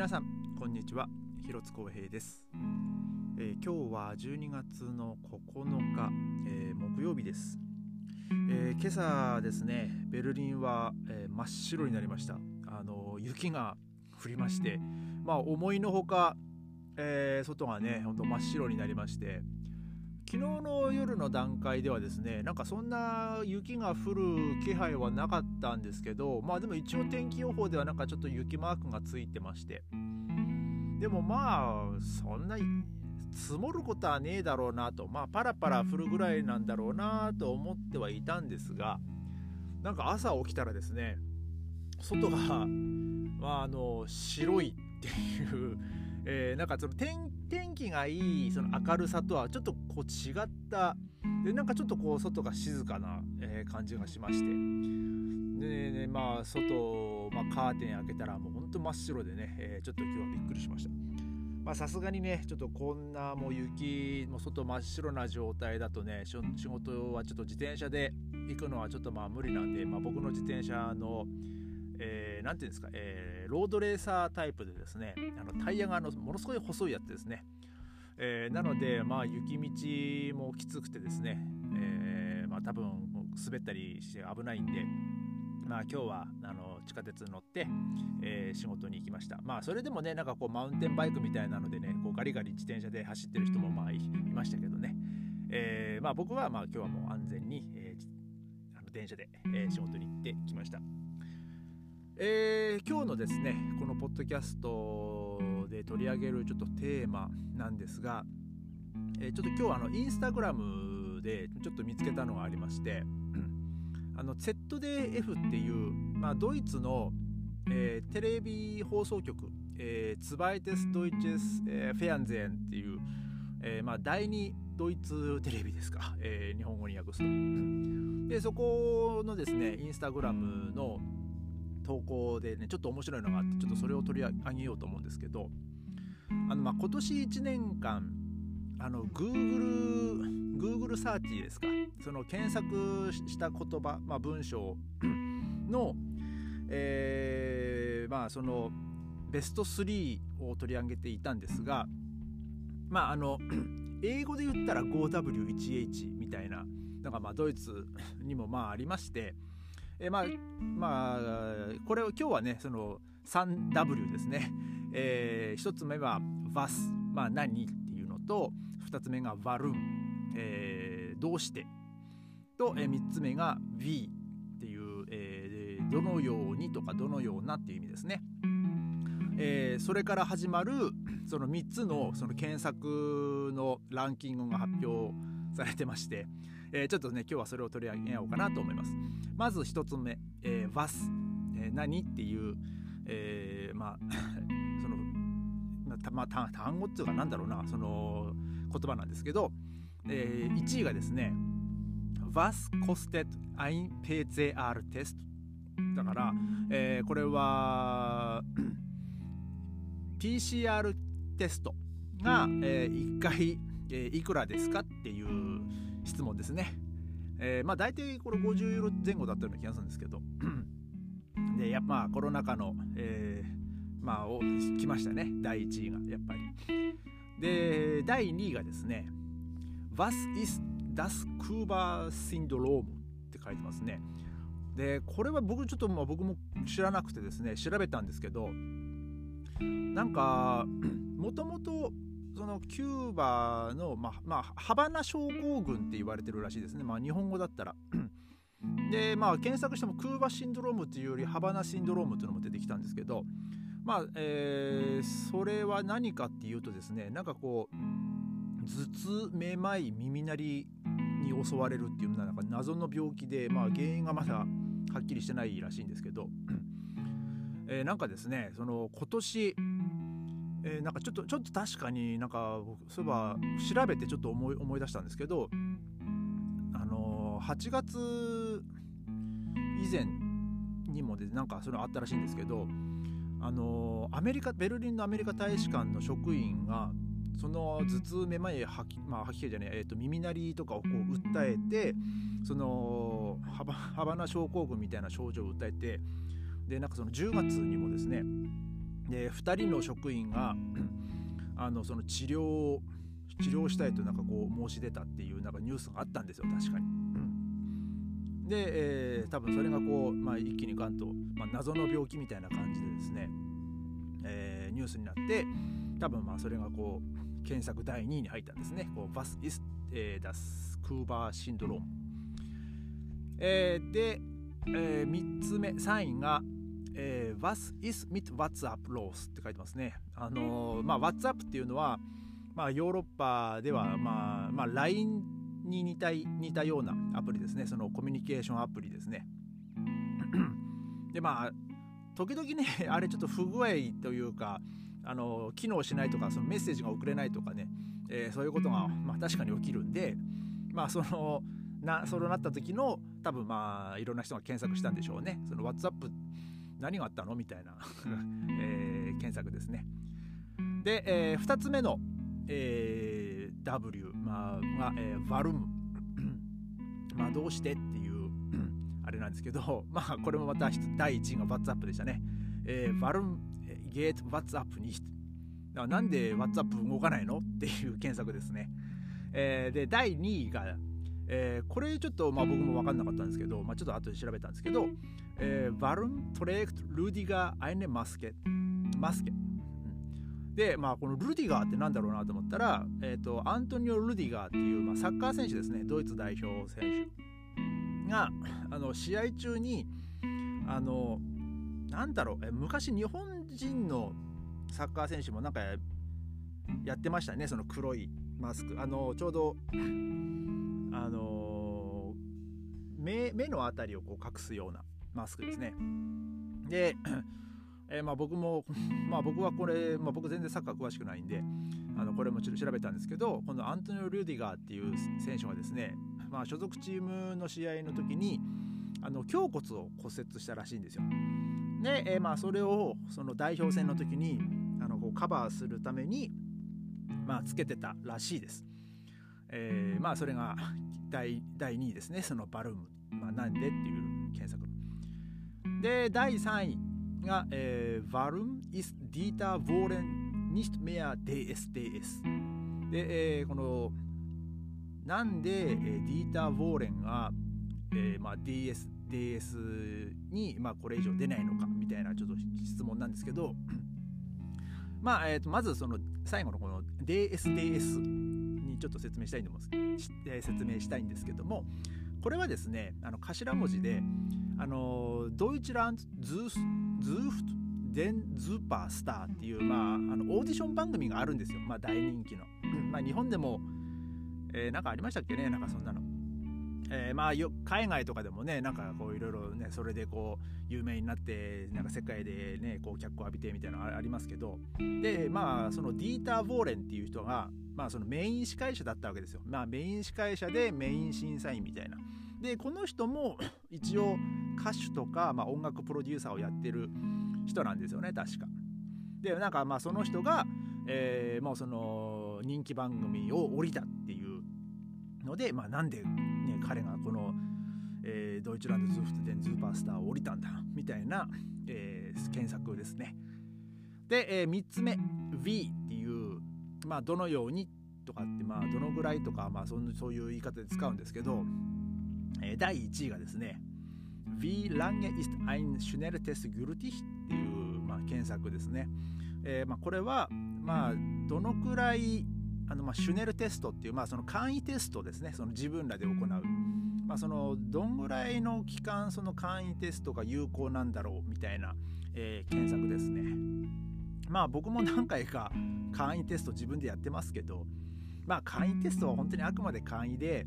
皆さんこんにちは、広津光平です。今日は12月の9日、木曜日です。今朝ですね、ベルリンは、真っ白になりました。雪が降りまして、思いのほか、外がね本当真っ白になりまして、昨日の夜の段階ではですね、なんかそんな雪が降る気配はなかったんですけど、でも一応天気予報ではなんかちょっと雪マークがついてまして、でもそんな積もることはねえだろうなと、パラパラ降るぐらいなんだろうなと思ってはいたんですが、なんか朝起きたらですね、外が、白いっていう、なんかその天気がいいその明るさとはちょっとこう違ったで、なんかちょっとこう外が静かな、感じがしまして、で、外、カーテン開けたらもうほんと真っ白でね、ちょっと今日はびっくりしました。さすがにね、ちょっとこんなもう雪も外真っ白な状態だとね、仕事はちょっと自転車で行くのはちょっと無理なんで、僕の自転車のなんていうんですか、ロードレーサータイプでですね、タイヤがものすごい細いやつですね。なので雪道もきつくてですね、多分滑ったりして危ないんで、今日は地下鉄に乗って、仕事に行きました。それでもね、なんかこうマウンテンバイクみたいなのでね、こうガリガリ自転車で走ってる人もいましたけどね、僕は今日はもう安全に、電車で、仕事に行ってきました。今日のですね、このポッドキャストで取り上げるちょっとテーマなんですが、ちょっと今日インスタグラムでちょっと見つけたのがありまして、ZDF っていう、ドイツの、テレビ放送局、ツバイテス・ドイチェス、フェアンゼンっていう、第二ドイツテレビですか、日本語に訳すと、でそこのですねインスタグラムの投稿でね、ちょっと面白いのがあって、ちょっとそれを取り上げようと思うんですけど、今年1年間Google サーチですか、その検索した言葉、文章の、そのベスト3を取り上げていたんですが、英語で言ったら 5W1H みたいなのがドイツにもありまして、これを今日はねその 3W ですね、一つ目は Was、何っていうのと、二つ目が Warum、どうしてと、三つ目が Wie っていう、どのようにとかどのようなっていう意味ですね。それから始まるその3つのその検索のランキングが発表されてまして、ちょっとね今日はそれを取り上げようかなと思います。まず一つ目、Was、何っていう、その単語っていうかなんだろうな、その言葉なんですけど、1位がですね Was kostet ein PCR-Test だから、これはPCR テストが、1回、いくらですかっていう質問ですね。大体これ50ユーロ前後だったような気がするんですけどでコロナ禍の、来ましたね、第1位がやっぱり。で第2位がですね Was ist das Kuba-Syndrom って書いてますね。でこれは僕も知らなくてですね、調べたんですけど、なんかもともとそのキューバの、ハバナ症候群って言われてるらしいですね、日本語だったらで検索してもクーバシンドロームっていうよりハバナシンドロームっていうのも出てきたんですけど、それは何かっていうとですね、なんかこう頭痛、めまい、耳鳴りに襲われるっていうなんか謎の病気で、原因がまだはっきりしてないらしいんですけど、なんかですね、その今年、なんかちょっと確かになんかそういえば調べてちょっと思い出したんですけど、8月以前にもでなんかそれあったらしいんですけど、ベルリンのアメリカ大使館の職員がその頭痛、めまい、吐き気じゃねえ、耳鳴りとかをこう訴えて、そのハバナ症候群みたいな症状を訴えて、でなんかその10月にもですねで2人の職員がその治療したいとなんかこう申し出たっていうなんかニュースがあったんですよ、確かに。で、多分それがこう、一気にガンと、謎の病気みたいな感じでですね、ニュースになって、多分それがこう検索第2位に入ったんですね。こう Was ist das Kuba-Syndrom、で、3つ目3位が、Was is mit WhatsApp los って書いてますね。WhatsApp っていうのは、ヨーロッパでは、LINE に似たようなアプリですね。そのコミュニケーションアプリですね。で時々ねあれちょっと不具合というか機能しないとか、そのメッセージが送れないとかね、そういうことが、確かに起きるんで、そうなった時の多分いろんな人が検索したんでしょうね。その WhatsApp 何があったのみたいな、検索ですね。で、2つ目の、W が、バルムどうしてっていうあれなんですけど、これもまた第1位が WhatsApp でしたね。バルムgeht WhatsApp nicht、なんで WhatsApp 動かないのっていう検索ですね。で第2位が、これちょっと僕も分かんなかったんですけど、ちょっと後で調べたんですけど、Warum trägt Rüdiger eine Maskeで、このルディガーってなんだろうなと思ったら、アントニオ・ルディガーっていう、サッカー選手ですね。ドイツ代表選手が試合中に昔日本人のサッカー選手もなんかやってましたね。その黒いマスク、ちょうど目のあたりをこう隠すようなマスクですね。で僕はこれ、僕全然サッカー詳しくないんでこれもちょっと調べたんですけど、このアントニオ・ルディガーっていう選手がですね、所属チームの試合の時に胸骨を骨折したらしいんですよ。で、それをその代表戦の時にこうカバーするためにつけてたらしいです。それが第2位ですね。そのバルーム、なんでっていう検索で、第3位が、Warum ist Dieter Bohlen nicht mehr DSDS で、このなんで、ディーター・ウォーレンが、DSDS に、これ以上出ないのかみたいなちょっと質問なんですけど、まずその最後のこの DSDS にちょっと説明したいんですけども、これはですね頭文字でドイツランズーフデンズーパースターっていう、オーディション番組があるんですよ。大人気の日本でも、なんかありましたっけね、なんかそんなの。海外とかでもね、なんかこういろいろね、それでこう有名になってなんか世界でねこう脚光浴びてみたいなのありますけど、でそのディーター・ウォーレンっていう人がそのメイン司会者だったわけですよ。メイン司会者でメイン審査員みたいな。でこの人も一応歌手とか、音楽プロデューサーをやってる人なんですよね、確か。でなんかその人が、もうその人気番組を降りたっていうので、なんで、ね、彼がこの、ドイツランドズーフトデンズーパースターを降りたんだみたいな、検索ですね。で、3つ目 V っていう、どのようにとかって、どのぐらいとか、そういう言い方で使うんですけど、第1位がですね Wie lange ist ein Schnelltest gültig っていう、検索ですね。これは、どのくらいシュネルテストっていう、その簡易テストですね。その自分らで行う、そのどんぐらいの期間その簡易テストが有効なんだろうみたいな、検索ですね。僕も何回か簡易テスト自分でやってますけど、簡易テストは本当にあくまで簡易で、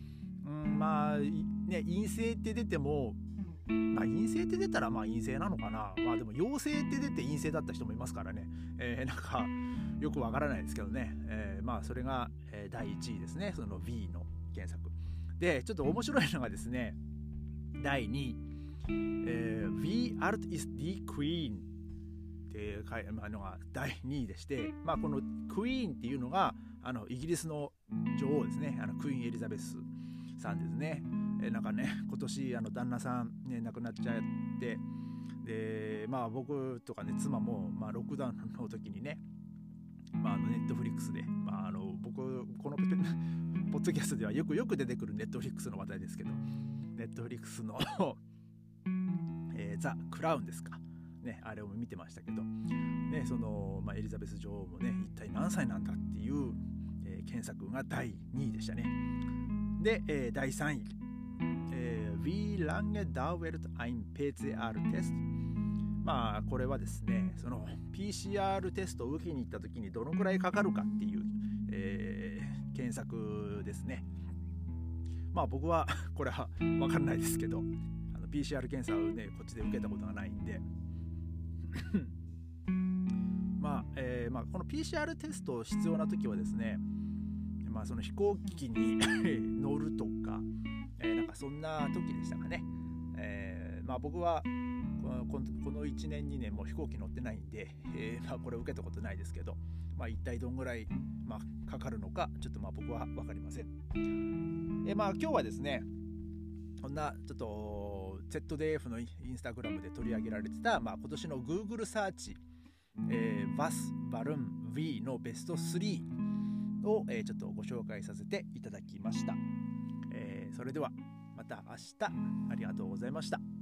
陰性って出ても、陰性って出たら陰性なのかな。でも陽性って出て陰性だった人もいますからね、なんかよくわからないですけどね。それが、第1位ですね。その V の検索で、ちょっと面白いのがですね、第2位、Wie alt ist die Queen っていうのが第2位でして、このクイーンっていうのがイギリスの女王ですね。クイーンエリザベスさんですね。なんかね、今年旦那さん、亡くなっちゃって、 で僕とかね妻も、ロックダウンの時にね、ネットフリックスで、僕このポッドキャストではよく出てくるネットフリックスの話題ですけど、ネットフリックスのザ・クラウンですかね、あれを見てましたけど、ね、エリザベス女王もね一体何歳なんだっていう、検索が第2位でしたね。で、第3位、Wie lange dauert ein PCR-Test？これはですね、PCR テストを受けに行った時にどのくらいかかるかっていう、検索ですね。僕はこれは分かんないですけど、PCR 検査をねこっちで受けたことがないんでこの PCR テスト必要な時はですね、その飛行機に乗るとか、なんかそんな時でしたかね。僕はこの1年2年も飛行機乗ってないんで、これ受けたことないですけど、一体どんぐらい、かかるのかちょっと僕は分かりません。今日はですね、こんなちょっと ZDF のインスタグラムで取り上げられてた、今年の Google サーチ、Was Warum Wie のベスト3を、ちょっとご紹介させていただきました。それではまた明日、ありがとうございました。